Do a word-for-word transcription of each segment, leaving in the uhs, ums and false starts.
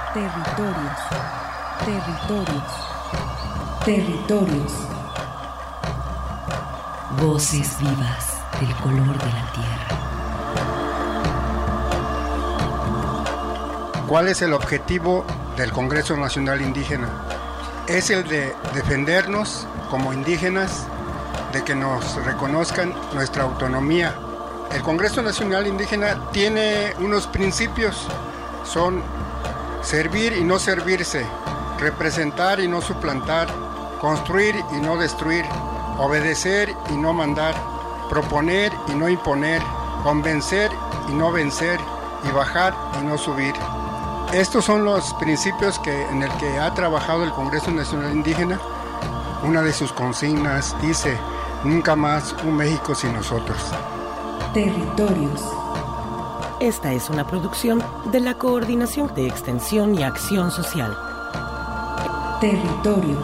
Territorios, territorios, territorios. Voces vivas del color de la tierra. ¿Cuál es el objetivo del Congreso Nacional Indígena? Es el de defendernos como indígenas, de que nos reconozcan nuestra autonomía. El Congreso Nacional Indígena tiene unos principios, son servir y no servirse, representar y no suplantar, construir y no destruir, obedecer y no mandar, proponer y no imponer, convencer y no vencer, y bajar y no subir. Estos son los principios que, en el que ha trabajado el Congreso Nacional Indígena. Una de sus consignas dice: nunca más un México sin nosotros. Territorios. Esta es una producción de la Coordinación de Extensión y Acción Social. Territorios.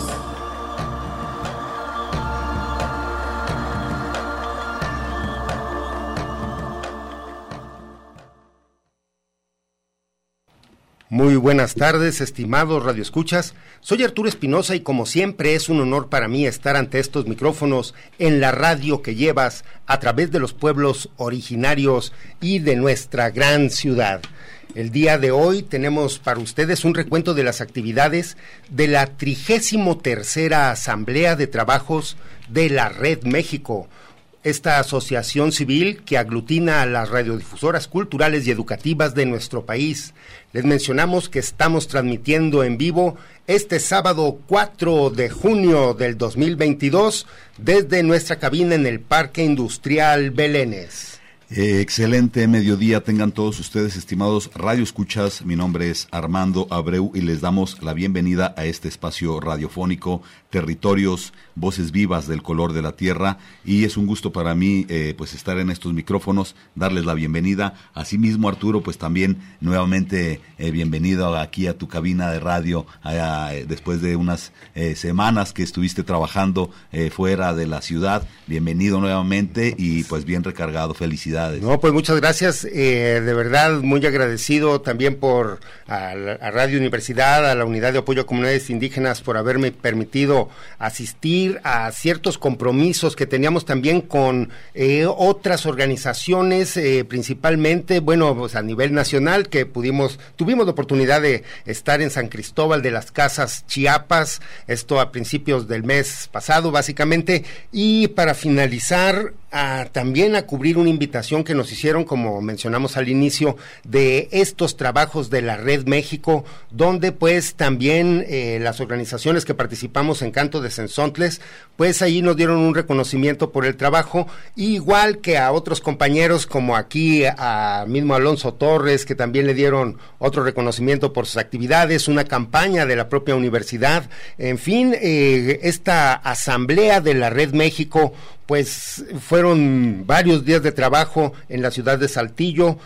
Muy buenas tardes, estimados radioescuchas. Soy Arturo Espinosa y como siempre es un honor para mí estar ante estos micrófonos en la radio que llevas a través de los pueblos originarios y de nuestra gran ciudad. El día de hoy tenemos para ustedes un recuento de las actividades de la trigésimo tercera Asamblea de Trabajos de la Red México, esta asociación civil que aglutina a las radiodifusoras culturales y educativas de nuestro país. Les mencionamos que estamos transmitiendo en vivo este sábado cuatro de junio del dos mil veintidós desde nuestra cabina en el Parque Industrial Belénes. Eh, excelente mediodía tengan todos ustedes, estimados radioescuchas. Mi nombre es Armando Abreu y les damos la bienvenida a este espacio radiofónico, Territorios, Voces Vivas del Color de la Tierra, y es un gusto para mí eh, pues estar en estos micrófonos, darles la bienvenida. Asimismo, Arturo, pues también nuevamente eh, bienvenido aquí a tu cabina de radio, a, a, después de unas eh, semanas que estuviste trabajando eh, fuera de la ciudad. Bienvenido nuevamente y pues bien recargado. Felicidades. No, pues muchas gracias, eh, de verdad muy agradecido también por a, a Radio Universidad, a la Unidad de Apoyo a Comunidades Indígenas por haberme permitido asistir a ciertos compromisos que teníamos también con eh, otras organizaciones, eh, principalmente, bueno, pues a nivel nacional, que pudimos, tuvimos la oportunidad de estar en San Cristóbal de las Casas, Chiapas, esto a principios del mes pasado básicamente, y para finalizar, a, también a cubrir una invitación que nos hicieron, como mencionamos al inicio, de estos trabajos de la Red México, donde pues también eh, las organizaciones que participamos en Canto de Cenzontles, pues ahí nos dieron un reconocimiento por el trabajo, igual que a otros compañeros como aquí a mismo Alonso Torres, que también le dieron otro reconocimiento por sus actividades, una campaña de la propia universidad. En fin, eh, esta asamblea de la Red México, pues fueron varios días de trabajo en la ciudad de Saltillo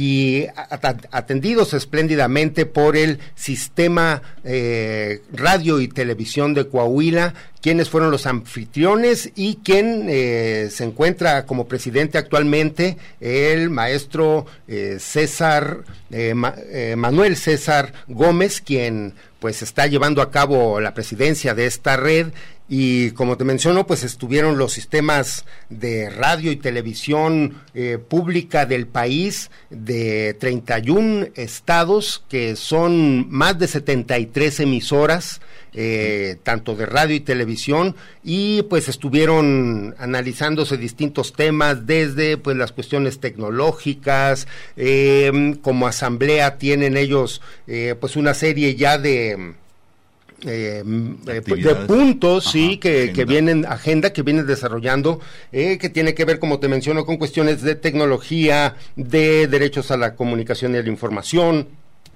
y atendidos espléndidamente por el Sistema eh, Radio y Televisión de Coahuila, quienes fueron los anfitriones y quien eh, se encuentra como presidente actualmente, el maestro eh, César, eh, Ma, eh, Manuel César Gómez, quien pues está llevando a cabo la presidencia de esta red. Y como te menciono, pues estuvieron los sistemas de radio y televisión eh, pública del país de treinta y un estados, que son más de setenta y tres emisoras, eh, tanto de radio y televisión, y pues estuvieron analizándose distintos temas, desde pues las cuestiones tecnológicas, eh, como asamblea tienen ellos eh, pues una serie ya de... Eh, de puntos, ajá, sí, que, que vienen, agenda que vienen desarrollando, eh, que tiene que ver, como te menciono, con cuestiones de tecnología, de derechos a la comunicación y a la información,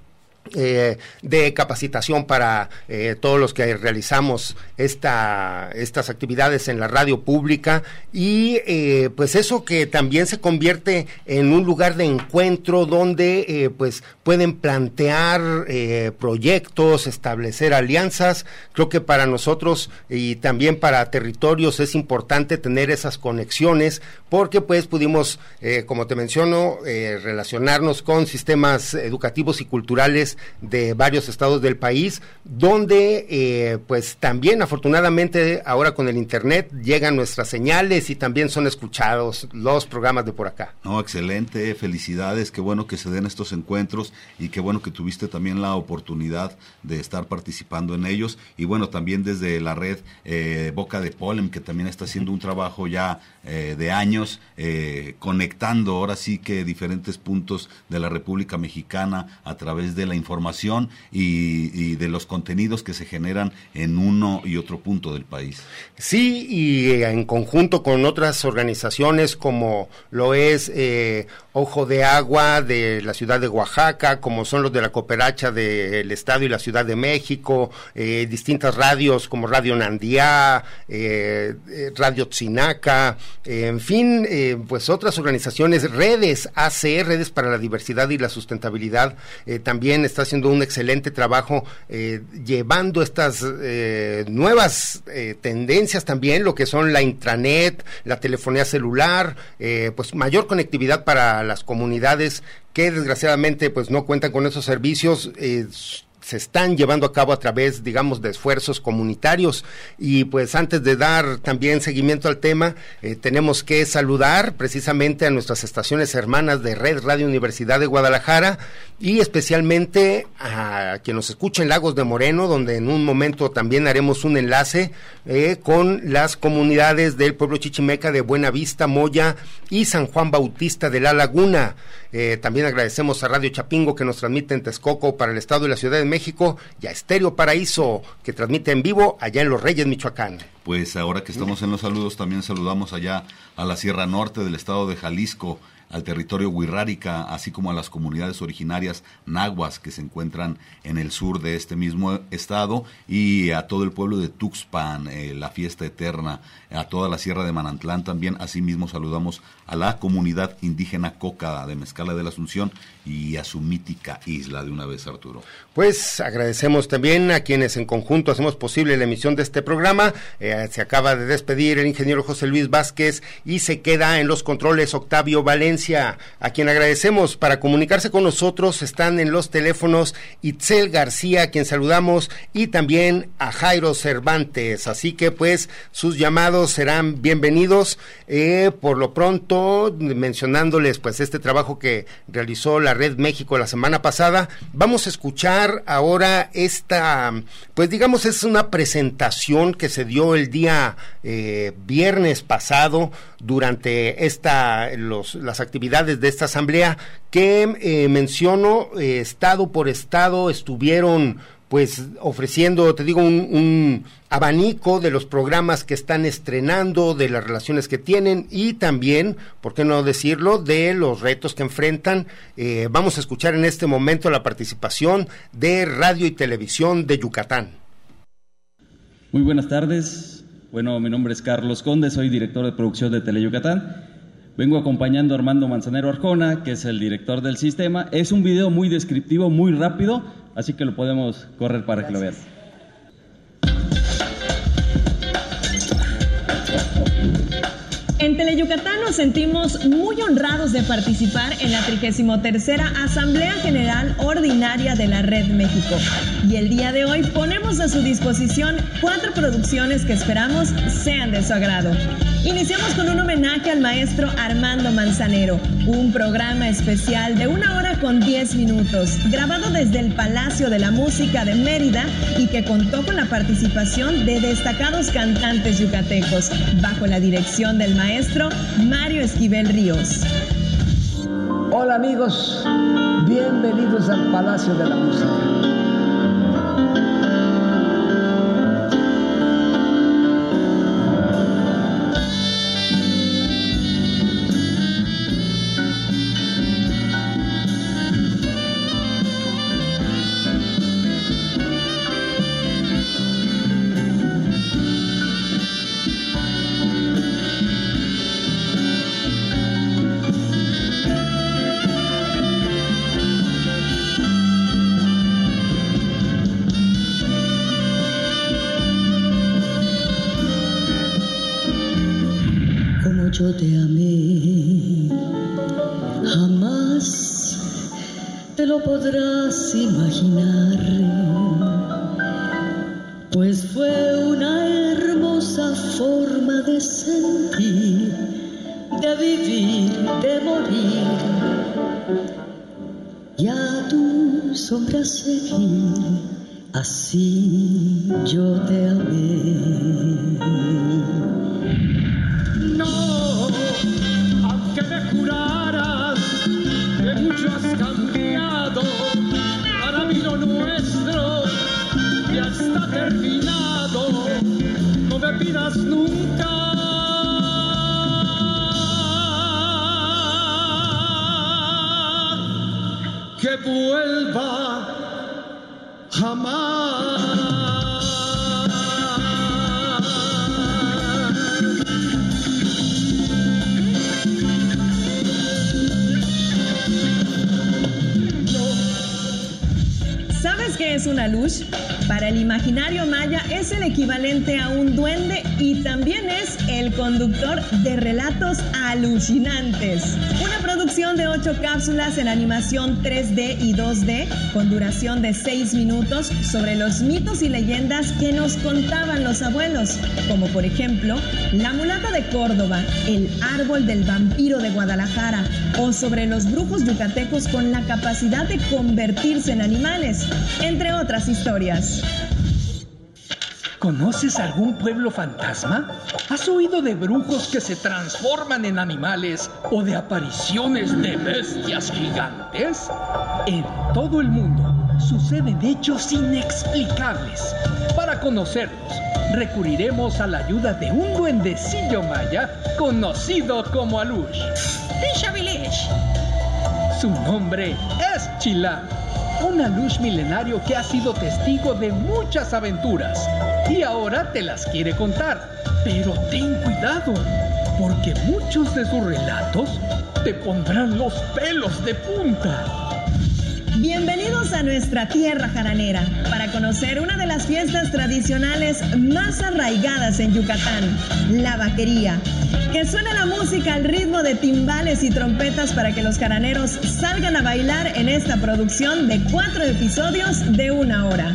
Eh, de capacitación para eh, todos los que realizamos esta, estas actividades en la radio pública, y eh, pues eso que también se convierte en un lugar de encuentro donde eh, pues pueden plantear eh, proyectos, establecer alianzas. Creo que para nosotros y también para Territorios es importante tener esas conexiones, porque pues pudimos, eh, como te menciono, eh, relacionarnos con sistemas educativos y culturales de varios estados del país, donde eh, pues también afortunadamente ahora con el internet llegan nuestras señales y también son escuchados los programas de por acá. No, excelente, felicidades, qué bueno que se den estos encuentros y qué bueno que tuviste también la oportunidad de estar participando en ellos, y bueno, también desde la red eh, Boca de Polen, que también está haciendo un trabajo ya eh, de años, eh, conectando ahora sí que diferentes puntos de la República Mexicana a través de la información y, y de los contenidos que se generan en uno y otro punto del país. Sí, y en conjunto con otras organizaciones como lo es eh, Ojo de Agua de la ciudad de Oaxaca, como son los de la Cooperacha del Estado y la Ciudad de México, eh, distintas radios como Radio Nandía, eh, Radio Tzinaca, eh, en fin, eh, pues otras organizaciones, redes A C, Redes para la Diversidad y la Sustentabilidad, eh, también está haciendo un excelente trabajo eh, llevando estas eh, nuevas eh, tendencias también, lo que son la intranet, la telefonía celular, eh, pues mayor conectividad para las comunidades que desgraciadamente pues no cuentan con esos servicios. eh, se están llevando a cabo a través, digamos, de esfuerzos comunitarios. Y pues antes de dar también seguimiento al tema, eh, tenemos que saludar precisamente a nuestras estaciones hermanas de Red Radio Universidad de Guadalajara y especialmente a quien nos escucha en Lagos de Moreno, donde en un momento también haremos un enlace eh, con las comunidades del pueblo chichimeca de Buenavista, Moya y San Juan Bautista de la Laguna. Eh, también agradecemos a Radio Chapingo, que nos transmite en Texcoco para el Estado y la Ciudad de México, y a Estéreo Paraíso, que transmite en vivo allá en Los Reyes, Michoacán. Pues ahora que estamos en los saludos, también saludamos allá a la Sierra Norte del estado de Jalisco, al territorio Huirrárica, así como a las comunidades originarias nahuas que se encuentran en el sur de este mismo estado, y a todo el pueblo de Tuxpan, eh, la fiesta eterna, a toda la Sierra de Manantlán también. Asimismo saludamos a la comunidad indígena Cócada de Mezcala de la Asunción y a su mítica isla de una vez, Arturo. Pues agradecemos también a quienes en conjunto hacemos posible la emisión de este programa. Eh, se acaba de despedir el ingeniero José Luis Vázquez y se queda en los controles Octavio Valencia, a quien agradecemos. Para comunicarse con nosotros están en los teléfonos Itzel García, a quien saludamos, y también a Jairo Cervantes, así que pues sus llamados serán bienvenidos. Eh, por lo pronto, mencionándoles pues este trabajo que realizó la Red México la semana pasada, vamos a escuchar ahora esta, pues digamos es una presentación que se dio el día eh, viernes pasado durante esta los las actividades de esta asamblea que eh, menciono, eh, estado por estado estuvieron pues ofreciendo, te digo, un, un abanico de los programas que están estrenando, de las relaciones que tienen y también, ¿por qué no decirlo?, de los retos que enfrentan. Eh, vamos a escuchar en este momento la participación de Radio y Televisión de Yucatán. Muy buenas tardes. Bueno, mi nombre es Carlos Conde, soy director de producción de Teleyucatán. Vengo acompañando a Armando Manzanero Arjona, que es el director del sistema. Es un video muy descriptivo, muy rápido, así que lo podemos correr para que lo vean. En Teleyucatán nos sentimos muy honrados de participar en la trigésima tercera Asamblea General Ordinaria de la Red México. Y el día de hoy ponemos a su disposición cuatro producciones que esperamos sean de su agrado. Iniciamos con un homenaje al maestro Armando Manzanero, un programa especial de una hora con diez minutos, grabado desde el Palacio de la Música de Mérida y que contó con la participación de destacados cantantes yucatecos, bajo la dirección del maestro Mario Esquivel Ríos. Hola amigos, bienvenidos al Palacio de la Música. Yo te amé, jamás te lo podrás imaginar, pues fue una hermosa forma de sentir, de vivir, de morir, y a tu sombra seguir, así yo te amé. No, aunque me juraras que mucho has cambiado, para mí lo nuestro ya está terminado. No me pidas nunca que vuelva jamás. ¿Sabes qué es una lush? Para el imaginario maya es el equivalente a un duende y también es el conductor de relatos alucinantes. Una producción de ocho cápsulas en animación tres D y dos D con duración de seis minutos sobre los mitos y leyendas que nos contaban los abuelos, como por ejemplo la mulata de Córdoba, el árbol del vampiro de Guadalajara o sobre los brujos yucatecos con la capacidad de convertirse en animales, entre otras historias. ¿Conoces algún pueblo fantasma? ¿Has oído de brujos que se transforman en animales o de apariciones de bestias gigantes? En todo el mundo suceden hechos inexplicables. Para conocerlos, recurriremos a la ayuda de un duendecillo maya conocido como Alush. Su nombre es Chila, un Alush milenario que ha sido testigo de muchas aventuras y ahora te las quiere contar. Pero ten cuidado, porque muchos de sus relatos te pondrán los pelos de punta. Bienvenidos a nuestra tierra jaranera para conocer una de las fiestas tradicionales más arraigadas en Yucatán, la vaquería. Que suene la música al ritmo de timbales y trompetas para que los jaraneros salgan a bailar en esta producción de cuatro episodios de una hora.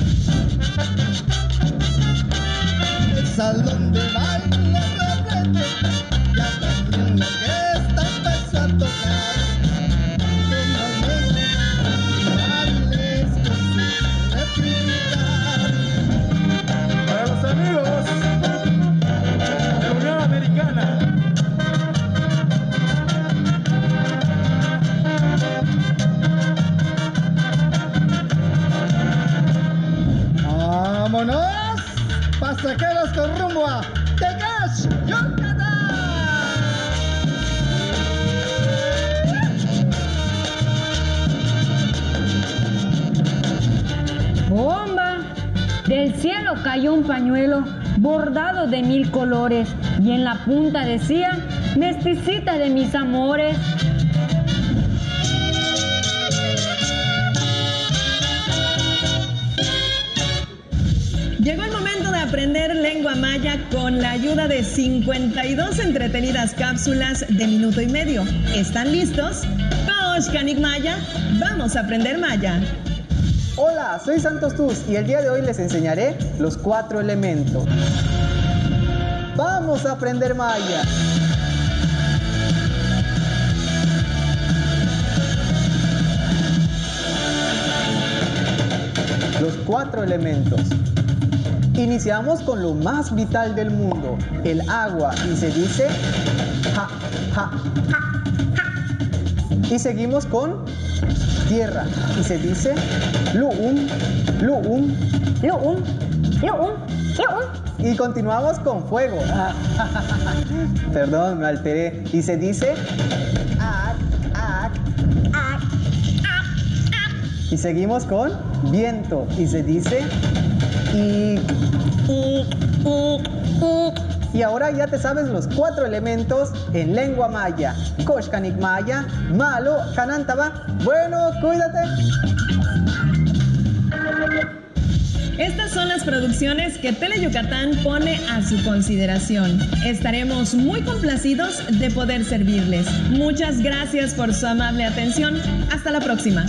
El salón de baile reprende, ya también la orquesta empezó a tocar. Para los amigos de la Unión Americana. ¡Vámonos! Pasajeros con rumbo a Tecash, Yucatán. ¡Bomba! Del cielo cayó un pañuelo bordado de mil colores y en la punta decía, mesticita de mis amores. Llegó el momento de aprender lengua maya con la ayuda de cincuenta y dos entretenidas cápsulas de minuto y medio. ¿Están listos? Koshkanik Maya, vamos a aprender maya. Hola, soy Santos Tuz y el día de hoy les enseñaré los cuatro elementos. ¡Vamos a aprender maya! Los cuatro elementos. Iniciamos con lo más vital del mundo, el agua, y se dice ja, ja, ja, ja. Y seguimos con tierra, y se dice lu'um, lu'um, lu'um, lu'um, lu'um. Y continuamos con fuego. Perdón, me alteré. Y se dice ak, ak, ak, ak, ak. Y seguimos con viento, y se dice y, y, y, y. Y ahora ya te sabes los cuatro elementos en lengua maya. Koshkanik maya, malo, kanantaba. Bueno, cuídate. Estas son las producciones que Tele Yucatán pone a su consideración. Estaremos muy complacidos de poder servirles. Muchas gracias por su amable atención. Hasta la próxima.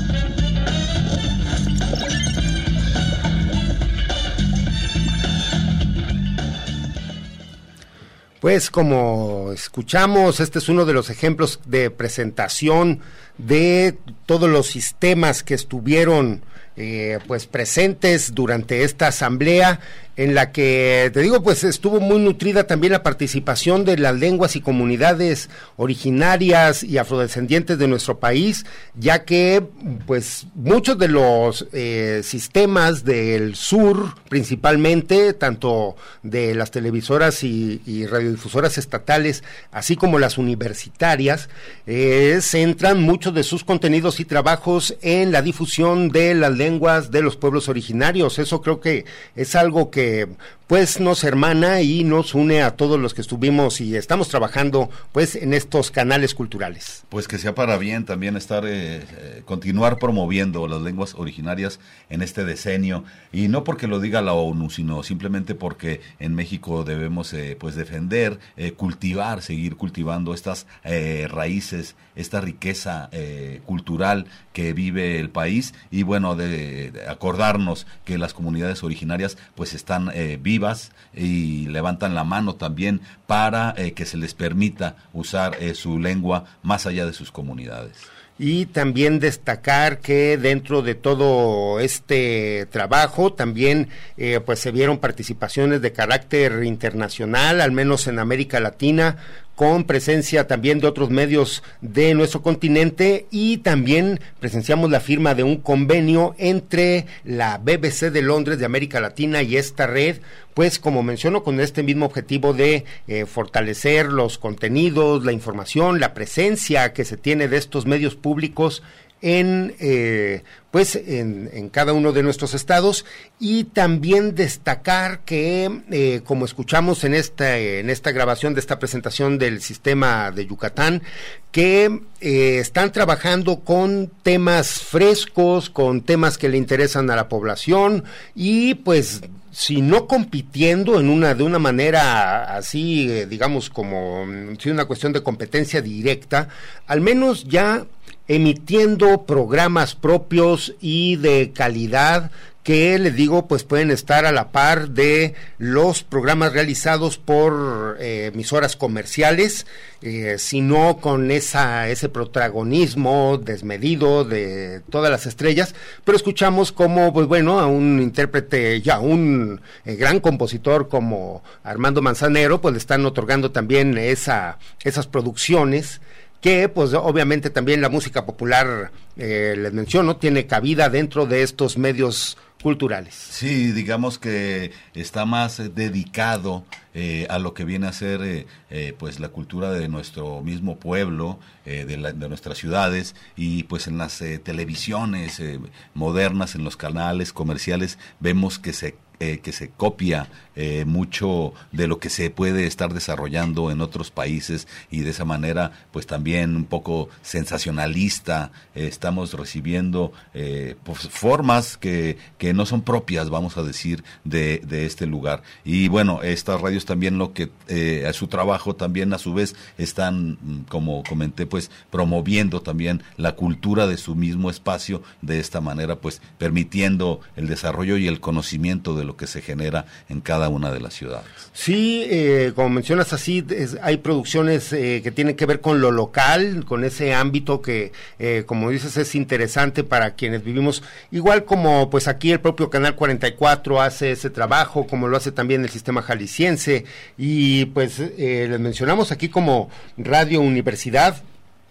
Pues como escuchamos, este es uno de los ejemplos de presentación de todos los sistemas que estuvieron eh, pues presentes durante esta asamblea, en la que, te digo, pues estuvo muy nutrida también la participación de las lenguas y comunidades originarias y afrodescendientes de nuestro país, ya que pues muchos de los eh, sistemas del sur, principalmente, tanto de las televisoras y, y radiodifusoras estatales, así como las universitarias, eh, centran muchos de sus contenidos y trabajos en la difusión de las lenguas de los pueblos originarios. Eso creo que es algo que pues nos hermana y nos une a todos los que estuvimos y estamos trabajando pues en estos canales culturales. Pues que sea para bien también estar, eh, eh, continuar promoviendo las lenguas originarias en este decenio, y no porque lo diga la ONU, sino simplemente porque en México debemos eh, pues defender, eh, cultivar, seguir cultivando estas eh, raíces, esta riqueza eh, cultural que vive el país, y bueno, de, de acordarnos que las comunidades originarias pues están eh, vivas y levantan la mano también para eh, que se les permita usar eh, su lengua más allá de sus comunidades. Y también destacar que dentro de todo este trabajo también eh, pues se vieron participaciones de carácter internacional, al menos en América Latina, con presencia también de otros medios de nuestro continente, y también presenciamos la firma de un convenio entre la B B C de Londres de América Latina y esta red, pues como menciono, con este mismo objetivo de eh, fortalecer los contenidos, la información, la presencia que se tiene de estos medios públicos en eh, pues en, en cada uno de nuestros estados, y también destacar que eh, como escuchamos en esta en esta grabación de esta presentación del sistema de Yucatán, que eh, están trabajando con temas frescos, con temas que le interesan a la población, y pues si no compitiendo en una de una manera así, eh, digamos como si una cuestión de competencia directa, al menos ya emitiendo programas propios y de calidad que, les digo, pues pueden estar a la par de los programas realizados por eh, emisoras comerciales, eh, sino con esa ese protagonismo desmedido de todas las estrellas. Pero escuchamos como, pues bueno, a un intérprete, ya un eh, gran compositor como Armando Manzanero, pues le están otorgando también esa esas producciones, que pues obviamente también la música popular, eh, les menciono, tiene cabida dentro de estos medios culturales. Sí, digamos que está más eh, dedicado eh, a lo que viene a ser eh, eh, pues la cultura de nuestro mismo pueblo, eh, de, la, de nuestras ciudades, y pues en las eh, televisiones eh, modernas, en los canales comerciales, vemos que se Eh, que se copia eh, mucho de lo que se puede estar desarrollando en otros países, y de esa manera pues también un poco sensacionalista eh, estamos recibiendo eh, pues, formas que, que no son propias, vamos a decir, de, de este lugar. Y bueno, estas radios también lo que eh, a su trabajo también a su vez están, como comenté, pues promoviendo también la cultura de su mismo espacio, de esta manera pues permitiendo el desarrollo y el conocimiento de lo que se genera en cada una de las ciudades. Sí, eh, como mencionas así, es, hay producciones eh, que tienen que ver con lo local, con ese ámbito que, eh, como dices, es interesante para quienes vivimos, igual como pues aquí el propio Canal cuarenta y cuatro hace ese trabajo, como lo hace también el sistema jalisciense, y pues eh, les mencionamos aquí como Radio Universidad.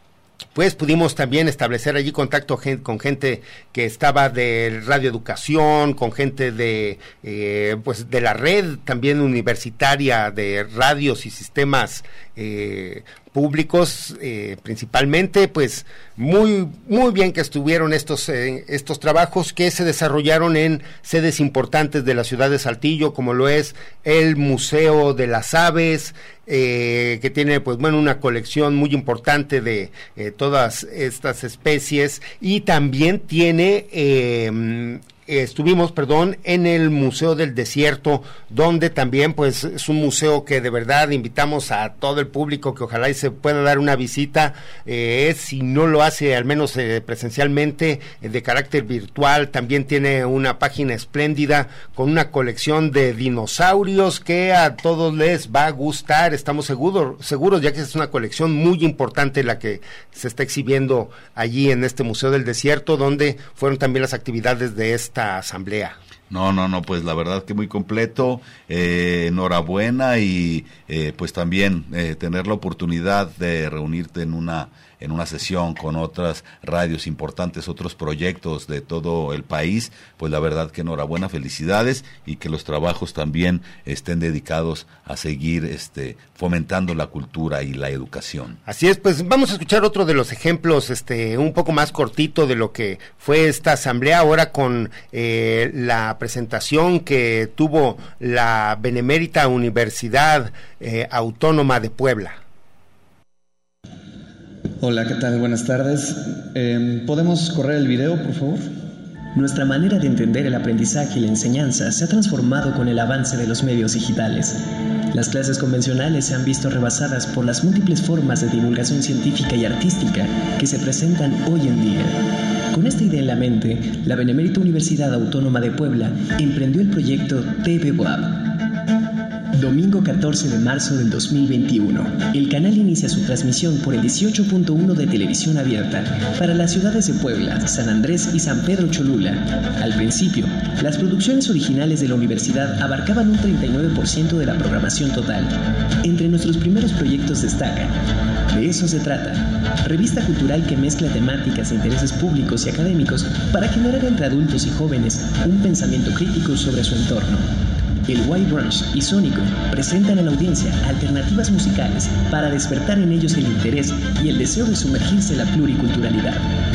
Pues pudimos también establecer allí contacto gen- con gente que estaba de Radio Educación, con gente de eh, pues de la red también universitaria de radios y sistemas eh, públicos, eh, principalmente, pues muy muy bien que estuvieron estos eh, estos trabajos que se desarrollaron en sedes importantes de la ciudad de Saltillo, como lo es el Museo de las Aves, eh, que tiene pues bueno una colección muy importante de eh, todas estas especies, y también tiene eh, estuvimos, perdón, en el Museo del Desierto, donde también pues es un museo que de verdad invitamos a todo el público que ojalá y se pueda dar una visita, eh, si no lo hace al menos eh, presencialmente, eh, de carácter virtual. También tiene una página espléndida con una colección de dinosaurios que a todos les va a gustar, estamos seguros, seguros ya que es una colección muy importante la que se está exhibiendo allí en este Museo del Desierto, donde fueron también las actividades de esta asamblea. No, no, no, pues la verdad que muy completo, eh, enhorabuena y eh, pues también eh, tener la oportunidad de reunirte en una en una sesión con otras radios importantes, otros proyectos de todo el país, pues la verdad que enhorabuena, felicidades y que los trabajos también estén dedicados a seguir este fomentando la cultura y la educación. Así es, pues vamos a escuchar otro de los ejemplos, este un poco más cortito de lo que fue esta asamblea, ahora con eh, la presentación que tuvo la Benemérita Universidad eh, Autónoma de Puebla. Hola, ¿qué tal? Buenas tardes. Eh, ¿Podemos correr el video, por favor? Nuestra manera de entender el aprendizaje y la enseñanza se ha transformado con el avance de los medios digitales. Las clases convencionales se han visto rebasadas por las múltiples formas de divulgación científica y artística que se presentan hoy en día. Con esta idea en la mente, la Benemérita Universidad Autónoma de Puebla emprendió el proyecto T V W A P. Domingo catorce de marzo del dos mil veintiuno, el canal inicia su transmisión por el dieciocho punto uno de televisión abierta para las ciudades de Puebla, San Andrés y San Pedro Cholula. Al principio, las producciones originales de la universidad abarcaban un treinta y nueve por ciento de la programación total. Entre nuestros primeros proyectos destaca De eso se trata, revista cultural que mezcla temáticas e intereses públicos y académicos para generar entre adultos y jóvenes un pensamiento crítico sobre su entorno. El White Brunch y Sónico presentan a la audiencia alternativas musicales para despertar en ellos el interés y el deseo de sumergirse en la pluriculturalidad.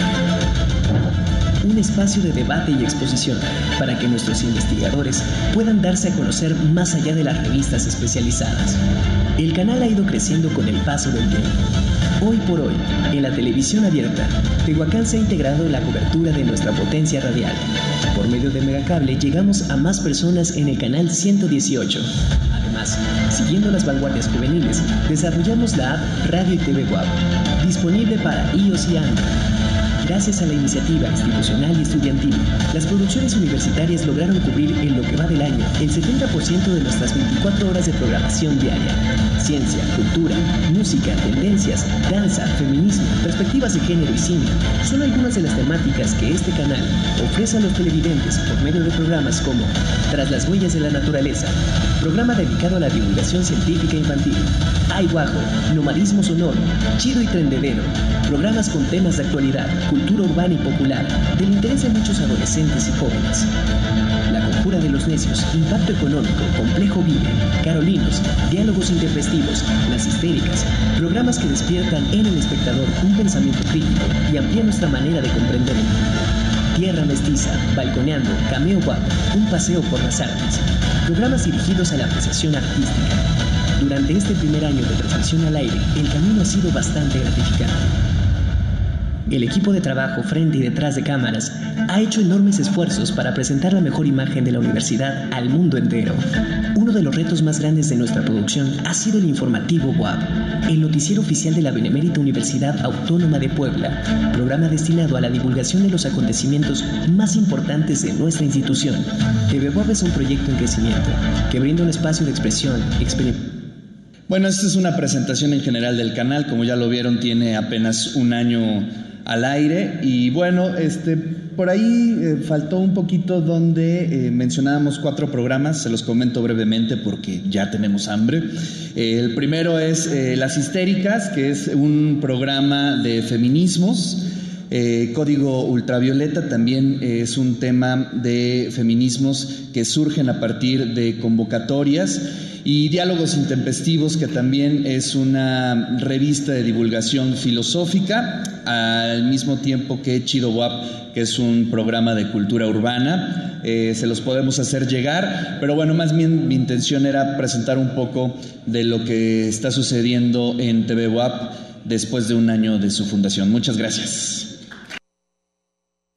Un espacio de debate y exposición para que nuestros investigadores puedan darse a conocer más allá de las revistas especializadas. El canal ha ido creciendo con el paso del tiempo. Hoy por hoy, en la televisión abierta, Tehuacán se ha integrado en la cobertura de nuestra potencia radial. Por medio de Megacable llegamos a más personas en el canal ciento dieciocho. Además, siguiendo las vanguardias juveniles, desarrollamos la app Radio y T V W A P, disponible para iOS y Android. Gracias a la iniciativa institucional y estudiantil, las producciones universitarias lograron cubrir en lo que va del año el setenta por ciento de nuestras veinticuatro horas de programación diaria. Ciencia, cultura, música, tendencias, danza, feminismo, perspectivas de género y cine son algunas de las temáticas que este canal ofrece a los televidentes por medio de programas como Tras las huellas de la naturaleza, programa dedicado a la divulgación científica infantil, Ay Guajo, nomadismo sonoro, Chido y Trendedero, programas con temas de actualidad, cultura urbana y popular, del interés de muchos adolescentes y jóvenes. La conjura de los necios, impacto económico, complejo vive, Carolinos, diálogos intempestivos, las histéricas, programas que despiertan en el espectador un pensamiento crítico y amplían nuestra manera de comprender el mundo. Tierra Mestiza, Balconeando, Cameo Guapo, un paseo por las artes, programas dirigidos a la apreciación artística. Durante este primer año de transmisión al aire, el camino ha sido bastante gratificante. El equipo de trabajo frente y detrás de cámaras ha hecho enormes esfuerzos para presentar la mejor imagen de la universidad al mundo entero. Uno de los retos más grandes de nuestra producción ha sido el informativo W A P, el noticiero oficial de la Benemérita Universidad Autónoma de Puebla, programa destinado a la divulgación de los acontecimientos más importantes de nuestra institución. T V W A P es un proyecto en crecimiento que brinda un espacio de expresión, experimentación. Bueno, esta es una presentación en general del canal. Como ya lo vieron, tiene apenas un año al aire y bueno, este por ahí eh, faltó un poquito donde eh, mencionábamos cuatro programas, se los comento brevemente porque ya tenemos hambre. Eh, el primero es eh, Las Histéricas, que es un programa de feminismos. Eh, Código Ultravioleta también es un tema de feminismos que surgen a partir de convocatorias, y Diálogos Intempestivos, que también es una revista de divulgación filosófica, al mismo tiempo que Chido W A P, que es un programa de cultura urbana. Eh, se los podemos hacer llegar, pero bueno, más bien mi intención era presentar un poco de lo que está sucediendo en T V W A P después de un año de su fundación. Muchas gracias.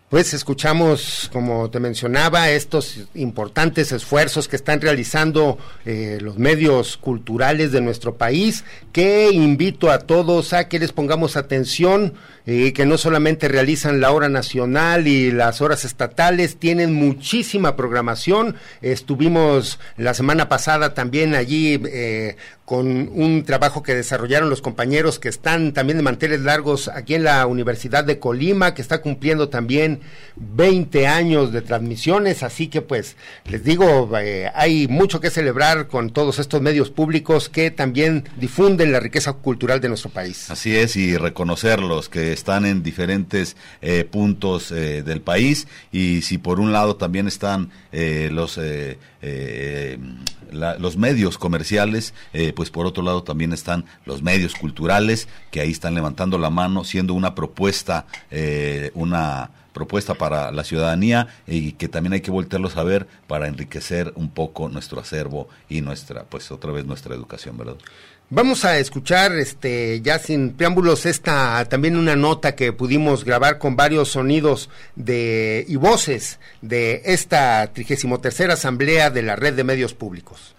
Pues escuchamos, como te mencionaba, estos importantes esfuerzos que están realizando eh, los medios culturales de nuestro país, que invito a todos a que les pongamos atención, eh, que no solamente realizan la hora nacional y las horas estatales, tienen muchísima programación. Estuvimos la semana pasada también allí eh, con un trabajo que desarrollaron los compañeros que están también de manteles largos aquí en la Universidad de Colima, que está cumpliendo también veinte años de transmisiones, así que pues les digo, eh, hay mucho que celebrar con todos estos medios públicos que también difunden la riqueza cultural de nuestro país. Así es, y reconocerlos que están en diferentes eh, puntos eh, del país, y si por un lado también están eh, los eh, eh, la, los medios comerciales, eh, pues por otro lado también están los medios culturales, que ahí están levantando la mano, siendo una propuesta, eh, una propuesta para la ciudadanía, y que también hay que voltearlos a ver para enriquecer un poco nuestro acervo y nuestra, pues otra vez nuestra educación, ¿verdad? Vamos a escuchar, este, ya sin preámbulos, esta también una nota que pudimos grabar con varios sonidos de y voces de esta trigésima tercera Asamblea de la Red de Medios Públicos.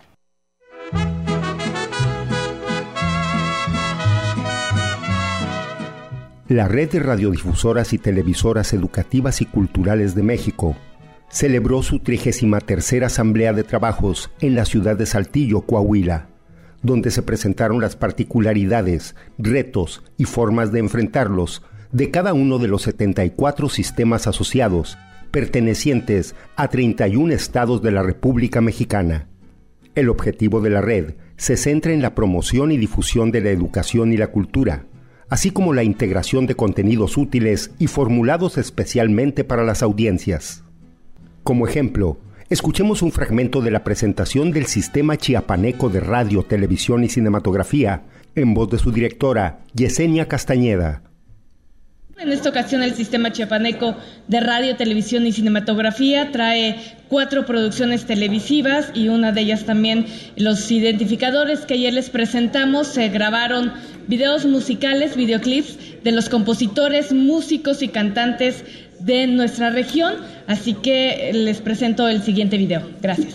La Red de Radiodifusoras y Televisoras Educativas y Culturales de México celebró su trigésima tercera Asamblea de Trabajos en la ciudad de Saltillo, Coahuila, donde se presentaron las particularidades, retos y formas de enfrentarlos de cada uno de los setenta y cuatro sistemas asociados pertenecientes a treinta y un estados de la República Mexicana. El objetivo de la red se centra en la promoción y difusión de la educación y la cultura, así como la integración de contenidos útiles y formulados especialmente para las audiencias. Como ejemplo, escuchemos un fragmento de la presentación del Sistema Chiapaneco de Radio, Televisión y Cinematografía, en voz de su directora, Yesenia Castañeda. En esta ocasión el Sistema Chiapaneco de Radio, Televisión y Cinematografía trae cuatro producciones televisivas, y una de ellas también los identificadores que ayer les presentamos. Se grabaron videos musicales, videoclips de los compositores, músicos y cantantes de nuestra región, así que les presento el siguiente video. Gracias.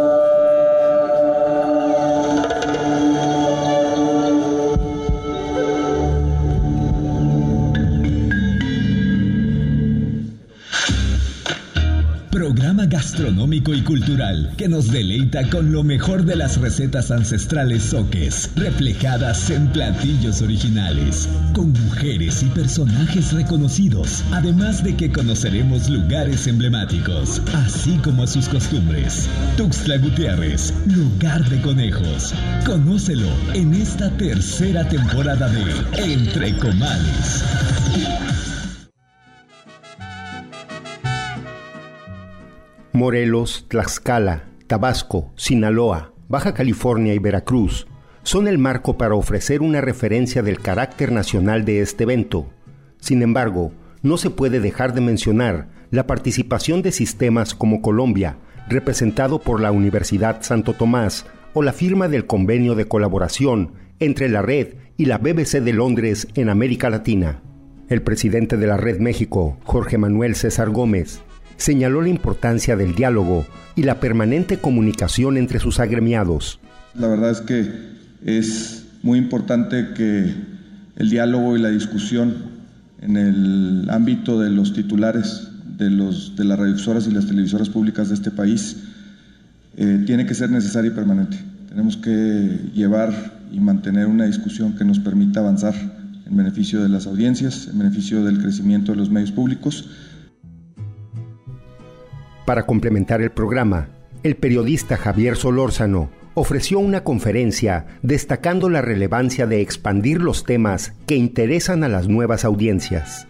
Programa gastronómico y cultural que nos deleita con lo mejor de las recetas ancestrales soques, reflejadas en platillos originales, con mujeres y personajes reconocidos, además de que conoceremos lugares emblemáticos, así como sus costumbres. Tuxtla Gutiérrez, lugar de conejos. Conócelo en esta tercera temporada de Entre Comales. Morelos, Tlaxcala, Tabasco, Sinaloa, Baja California y Veracruz son el marco para ofrecer una referencia del carácter nacional de este evento. Sin embargo, no se puede dejar de mencionar la participación de sistemas como Colombia, representado por la Universidad Santo Tomás, o la firma del convenio de colaboración entre la Red y la B B C de Londres en América Latina. El presidente de la Red México, Jorge Manuel César Gómez, señaló la importancia del diálogo y la permanente comunicación entre sus agremiados. La verdad es que es muy importante que el diálogo y la discusión en el ámbito de los titulares de, los, de las radiodifusoras y las televisoras públicas de este país eh, tiene que ser necesaria y permanente. Tenemos que llevar y mantener una discusión que nos permita avanzar en beneficio de las audiencias, en beneficio del crecimiento de los medios públicos. Para complementar el programa, el periodista Javier Solórzano ofreció una conferencia destacando la relevancia de expandir los temas que interesan a las nuevas audiencias.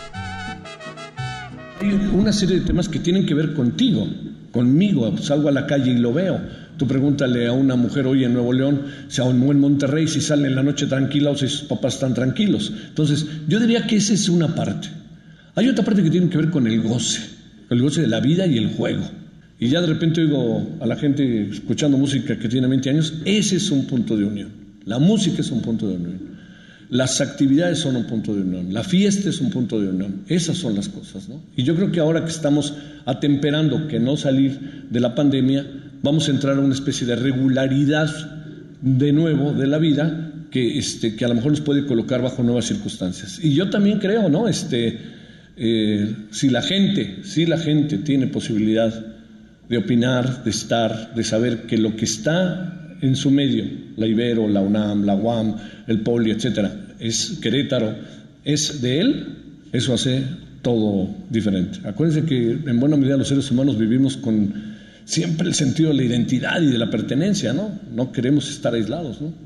Hay una serie de temas que tienen que ver contigo, conmigo. Salgo a la calle y lo veo. Tú pregúntale a una mujer hoy en Nuevo León, si o en Monterrey, si sale en la noche tranquila o si sus papás están tranquilos. Entonces, yo diría que esa es una parte. Hay otra parte que tiene que ver con el goce. El goce de la vida y el juego. Y ya de repente oigo a la gente escuchando música que tiene veinte años, ese es un punto de unión. La música es un punto de unión. las actividades son un punto de unión, la fiesta es un punto de unión, esas son las cosas, ¿no? Y yo creo que ahora que estamos atemperando que no salir de la pandemia, vamos a entrar a una especie de regularidad de nuevo de la vida que, este, que a lo mejor nos puede colocar bajo nuevas circunstancias. Y yo también creo, ¿no? Este, eh, si la gente, si la gente tiene posibilidad de opinar, de estar, de saber que lo que está en su medio, la Ibero, la UNAM, la U A M, el Poli, etcétera, es Querétaro, es de él, eso hace todo diferente. Acuérdense que en buena medida los seres humanos vivimos con siempre el sentido de la identidad y de la pertenencia, ¿no? No queremos estar aislados, ¿no?